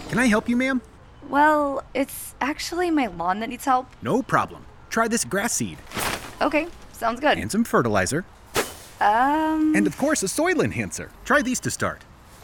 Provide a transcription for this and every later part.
Can I help you, ma'am? Well, it's actually my lawn that needs help. No problem. Try this grass seed. Okay, sounds good. And some fertilizer. And of course, a soil enhancer. Try these to start.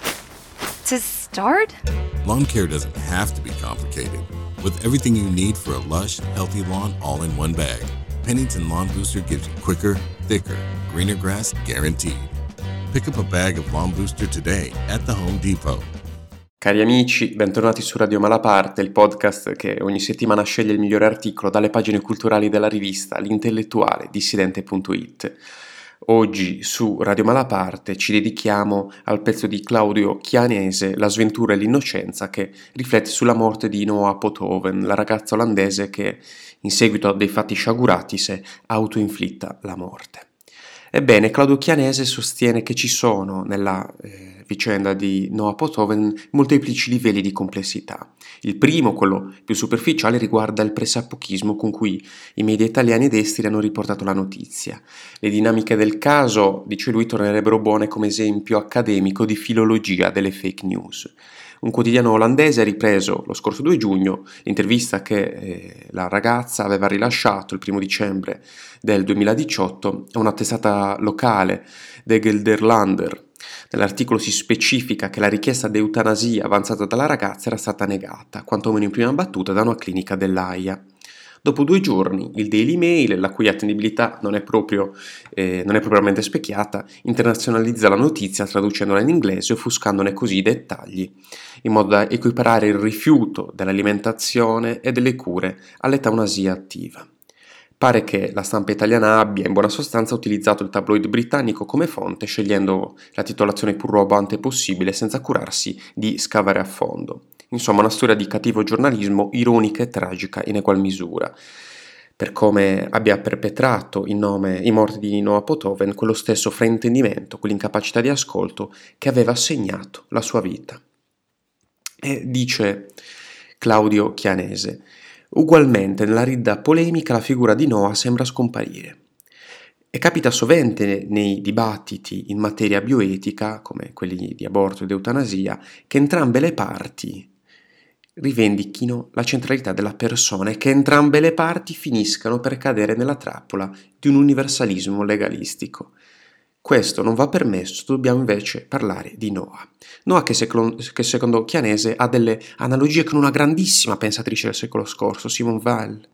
To start? Lawn care doesn't have to be complicated. With everything you need for a lush, healthy lawn all in one bag, Pennington Lawn Booster gives you quicker, thicker, greener grass guaranteed. Pick up a bag of Lawn Booster today at the Home Depot. Cari amici, bentornati su Radio Malaparte, il podcast che ogni settimana sceglie il migliore articolo dalle pagine culturali della rivista L'Intellettuale Dissidente.it. Oggi su Radio Malaparte ci dedichiamo al pezzo di Claudio Chianese, La sventura e l'innocenza, che riflette sulla morte di Noah Pothoven, la ragazza olandese che in seguito a dei fatti sciagurati si è autoinflitta la morte. Ebbene, Claudio Chianese sostiene che ci sono nella vicenda di Noah Pothoven molteplici livelli di complessità. Il primo, quello più superficiale, riguarda il pressappochismo con cui i media italiani ed esteri hanno riportato la notizia. Le dinamiche del caso, dice lui, tornerebbero buone come esempio accademico di filologia delle fake news. Un quotidiano olandese ha ripreso lo scorso 2 giugno l'intervista che la ragazza aveva rilasciato il 1 dicembre del 2018 a una testata locale, De Gelderlander. Nell'articolo si specifica che la richiesta di eutanasia avanzata dalla ragazza era stata negata, quantomeno in prima battuta, da una clinica dell'Aia. Dopo 2 giorni, il Daily Mail, la cui attendibilità non è propriamente specchiata, internazionalizza la notizia traducendola in inglese e offuscandone così i dettagli, in modo da equiparare il rifiuto dell'alimentazione e delle cure all'eutanasia attiva. Pare che la stampa italiana abbia in buona sostanza utilizzato il tabloid britannico come fonte, scegliendo la titolazione più robante possibile senza curarsi di scavare a fondo. Insomma, una storia di cattivo giornalismo, ironica e tragica in egual misura, per come abbia perpetrato in morte di Noah Pothoven quello stesso fraintendimento, quell'incapacità di ascolto che aveva segnato la sua vita. E dice Claudio Chianese: ugualmente nella ridda polemica la figura di Noah sembra scomparire. E capita sovente nei dibattiti in materia bioetica, come quelli di aborto ed eutanasia, che entrambe le parti rivendichino la centralità della persona e che entrambe le parti finiscano per cadere nella trappola di un universalismo legalistico. Questo non va permesso, dobbiamo invece parlare di Noah. Noah che secondo Chianese ha delle analogie con una grandissima pensatrice del secolo scorso, Simone Weil,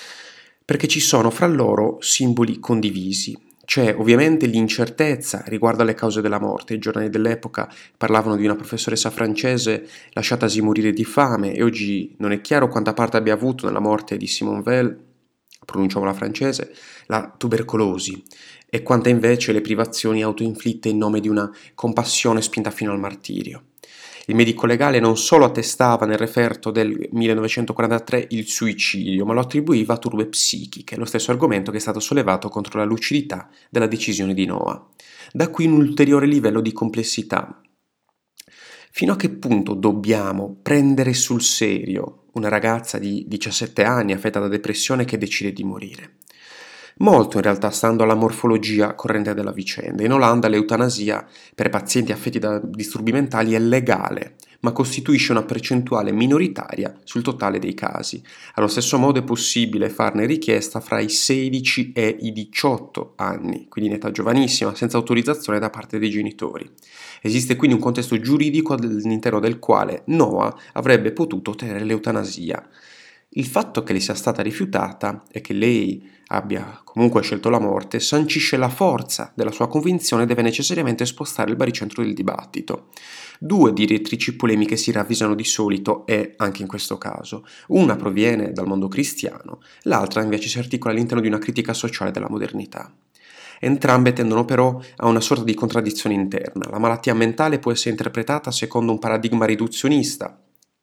perché ci sono fra loro simboli condivisi. C'è ovviamente l'incertezza riguardo alle cause della morte. I giornali dell'epoca parlavano di una professoressa francese lasciatasi morire di fame e oggi non è chiaro quanta parte abbia avuto nella morte di Simone Weil, pronunciamo la francese, la tubercolosi, e quante invece le privazioni autoinflitte in nome di una compassione spinta fino al martirio. Il medico legale non solo attestava nel referto del 1943 il suicidio, ma lo attribuiva a turbe psichiche, lo stesso argomento che è stato sollevato contro la lucidità della decisione di Noah. Da qui un ulteriore livello di complessità. Fino a che punto dobbiamo prendere sul serio una ragazza di 17 anni affetta da depressione che decide di morire? Molto in realtà stando alla morfologia corrente della vicenda. In Olanda l'eutanasia per pazienti affetti da disturbi mentali è legale, ma costituisce una percentuale minoritaria sul totale dei casi. Allo stesso modo è possibile farne richiesta fra i 16 e i 18 anni, quindi in età giovanissima, senza autorizzazione da parte dei genitori. Esiste quindi un contesto giuridico all'interno del quale Noah avrebbe potuto ottenere l'eutanasia. Il fatto che le sia stata rifiutata e che lei abbia comunque scelto la morte sancisce la forza della sua convinzione e deve necessariamente spostare il baricentro del dibattito. 2 direttrici polemiche si ravvisano di solito e anche in questo caso. Una proviene dal mondo cristiano, l'altra invece si articola all'interno di una critica sociale della modernità. Entrambe tendono però a una sorta di contraddizione interna. La malattia mentale può essere interpretata secondo un paradigma riduzionista,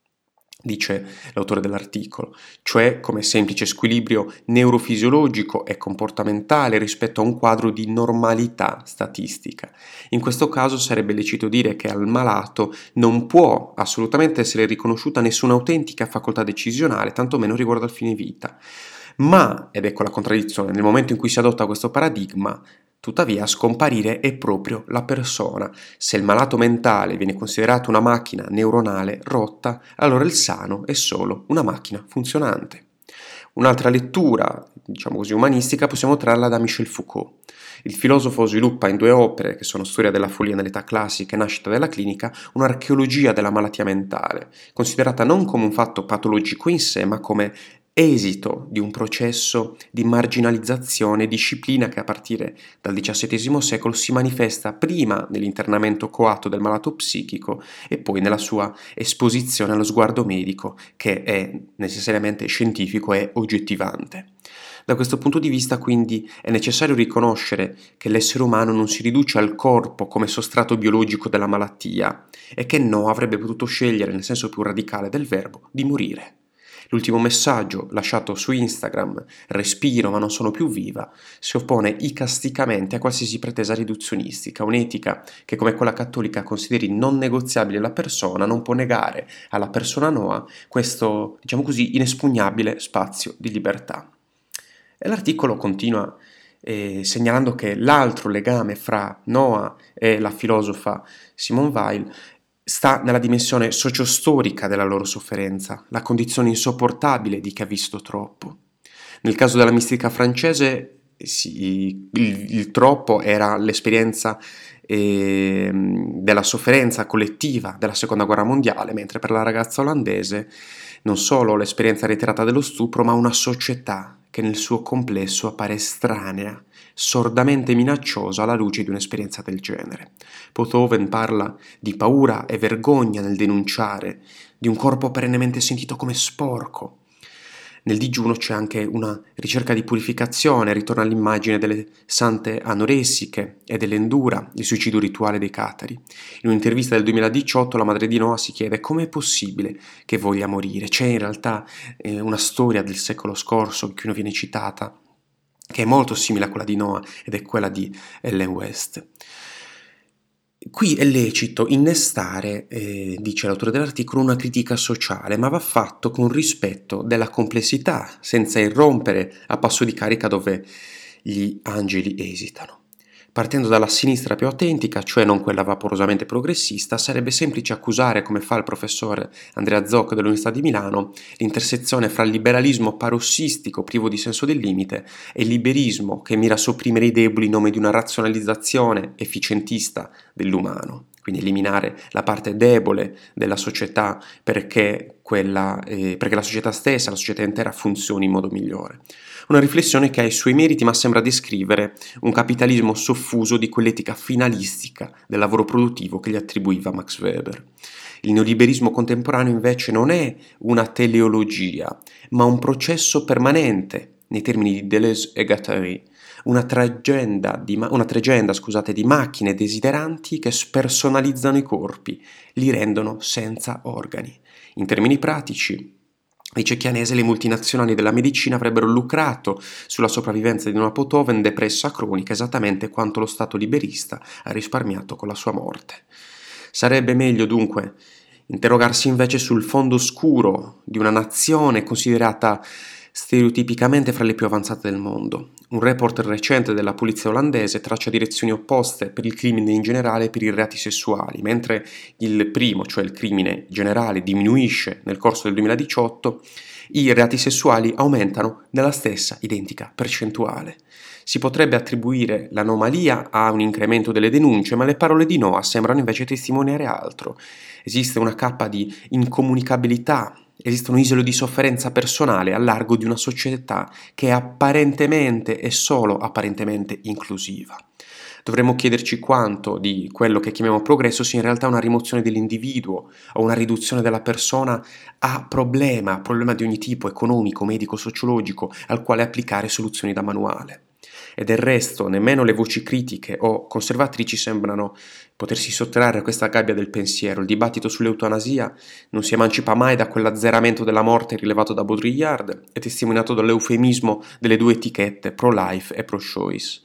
dice l'autore dell'articolo, cioè come semplice squilibrio neurofisiologico e comportamentale rispetto a un quadro di normalità statistica. In questo caso sarebbe lecito dire che al malato non può assolutamente essere riconosciuta nessuna autentica facoltà decisionale, tantomeno riguardo al fine vita. Ma, ed ecco la contraddizione, nel momento in cui si adotta questo paradigma, Tuttavia, a scomparire è proprio la persona. Se il malato mentale viene considerato una macchina neuronale rotta, allora il sano è solo una macchina funzionante. Un'altra lettura, diciamo così, umanistica possiamo trarla da Michel Foucault. Il filosofo sviluppa in 2 opere, che sono Storia della follia nell'età classica e Nascita della clinica, un'archeologia della malattia mentale, considerata non come un fatto patologico in sé, ma come esito di un processo di marginalizzazione e disciplina che a partire dal XVII secolo si manifesta prima nell'internamento coatto del malato psichico e poi nella sua esposizione allo sguardo medico, che è necessariamente scientifico e oggettivante. Da questo punto di vista, quindi, è necessario riconoscere che l'essere umano non si riduce al corpo come sostrato biologico della malattia e che Noah avrebbe potuto scegliere, nel senso più radicale del verbo, di morire. L'ultimo messaggio lasciato su Instagram, respiro ma non sono più viva, si oppone icasticamente a qualsiasi pretesa riduzionistica. Un'etica che come quella cattolica consideri non negoziabile la persona non può negare alla persona Noah questo, diciamo così, inespugnabile spazio di libertà. E l'articolo continua segnalando che l'altro legame fra Noah e la filosofa Simone Weil sta nella dimensione sociostorica della loro sofferenza, la condizione insopportabile di chi ha visto troppo. Nel caso della mistica francese, il troppo era l'esperienza della sofferenza collettiva della seconda guerra mondiale, mentre per la ragazza olandese non solo l'esperienza reiterata dello stupro, ma una società che nel suo complesso appare estranea, sordamente minacciosa alla luce di un'esperienza del genere. Pothoven parla di paura e vergogna nel denunciare, di un corpo perennemente sentito come sporco. Nel digiuno c'è anche una ricerca di purificazione, ritorna all'immagine delle sante anoressiche e dell'endura, il suicidio rituale dei catari. In un'intervista del 2018 la madre di Noah si chiede come è possibile che voglia morire. C'è in realtà una storia del secolo scorso che viene citata, che è molto simile a quella di Noah ed è quella di Ellen West. Qui è lecito innestare, dice l'autore dell'articolo, una critica sociale, ma va fatto con rispetto della complessità, senza irrompere a passo di carica dove gli angeli esitano. Partendo dalla sinistra più autentica, cioè non quella vaporosamente progressista, sarebbe semplice accusare, come fa il professore Andrea Zocco dell'Università di Milano, l'intersezione fra il liberalismo parossistico privo di senso del limite e il liberismo che mira a sopprimere i deboli in nome di una razionalizzazione efficientista dell'umano. Quindi eliminare la parte debole della società perché la società stessa, la società intera funzioni in modo migliore. Una riflessione che ha i suoi meriti ma sembra descrivere un capitalismo soffuso di quell'etica finalistica del lavoro produttivo che gli attribuiva Max Weber. Il neoliberismo contemporaneo invece non è una teleologia, ma un processo permanente, nei termini di Deleuze e Guattari, una tregenda di macchine desideranti che spersonalizzano i corpi, li rendono senza organi. In termini pratici, dice Chianese, le multinazionali della medicina avrebbero lucrato sulla sopravvivenza di una Pothoven depressa cronica esattamente quanto lo Stato liberista ha risparmiato con la sua morte. Sarebbe meglio dunque interrogarsi invece sul fondo scuro di una nazione considerata stereotipicamente fra le più avanzate del mondo. Un report recente della polizia olandese traccia direzioni opposte per il crimine in generale e per i reati sessuali. Mentre il primo, cioè il crimine generale, diminuisce nel corso del 2018, i reati sessuali aumentano nella stessa identica percentuale. Si potrebbe attribuire l'anomalia a un incremento delle denunce, ma le parole di Noah sembrano invece testimoniare altro. Esiste una cappa di incomunicabilità, esistono isole di sofferenza personale a largo di una società che è apparentemente e solo apparentemente inclusiva. Dovremmo chiederci quanto di quello che chiamiamo progresso sia in realtà una rimozione dell'individuo o una riduzione della persona a problema di ogni tipo, economico, medico, sociologico, al quale applicare soluzioni da manuale. E del resto nemmeno le voci critiche o conservatrici sembrano potersi sottrarre a questa gabbia del pensiero. Il dibattito sull'eutanasia non si emancipa mai da quell'azzeramento della morte rilevato da Baudrillard e testimoniato dall'eufemismo delle 2 etichette, pro-life e pro-choice.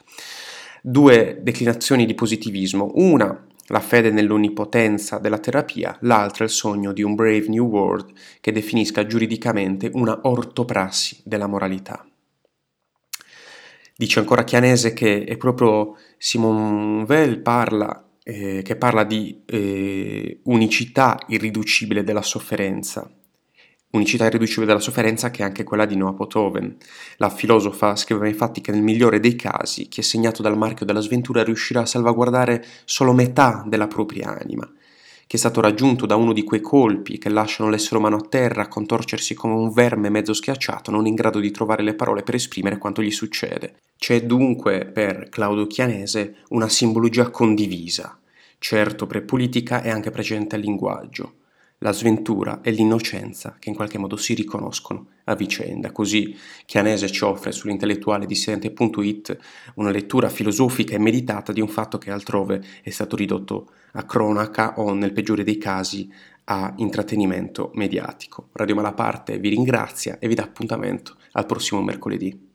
2 declinazioni di positivismo, una la fede nell'onnipotenza della terapia, l'altra il sogno di un Brave New World che definisca giuridicamente una ortoprassi della moralità. Dice ancora Chianese che è proprio Simone Weil che parla di unicità irriducibile della sofferenza. Unicità irriducibile della sofferenza che è anche quella di Noah Pothoven. La filosofa scriveva infatti che nel migliore dei casi chi è segnato dal marchio della sventura riuscirà a salvaguardare solo metà della propria anima, che è stato raggiunto da uno di quei colpi che lasciano l'essere umano a terra a contorcersi come un verme mezzo schiacciato, non in grado di trovare le parole per esprimere quanto gli succede. C'è dunque per Claudio Chianese una simbologia condivisa, certo prepolitica e anche presente al linguaggio. La sventura e l'innocenza che in qualche modo si riconoscono a vicenda. Così Chianese ci offre sull'intellettuale dissidente.it una lettura filosofica e meditata di un fatto che altrove è stato ridotto a cronaca o, nel peggiore dei casi, a intrattenimento mediatico. Radio Malaparte vi ringrazia e vi dà appuntamento al prossimo mercoledì.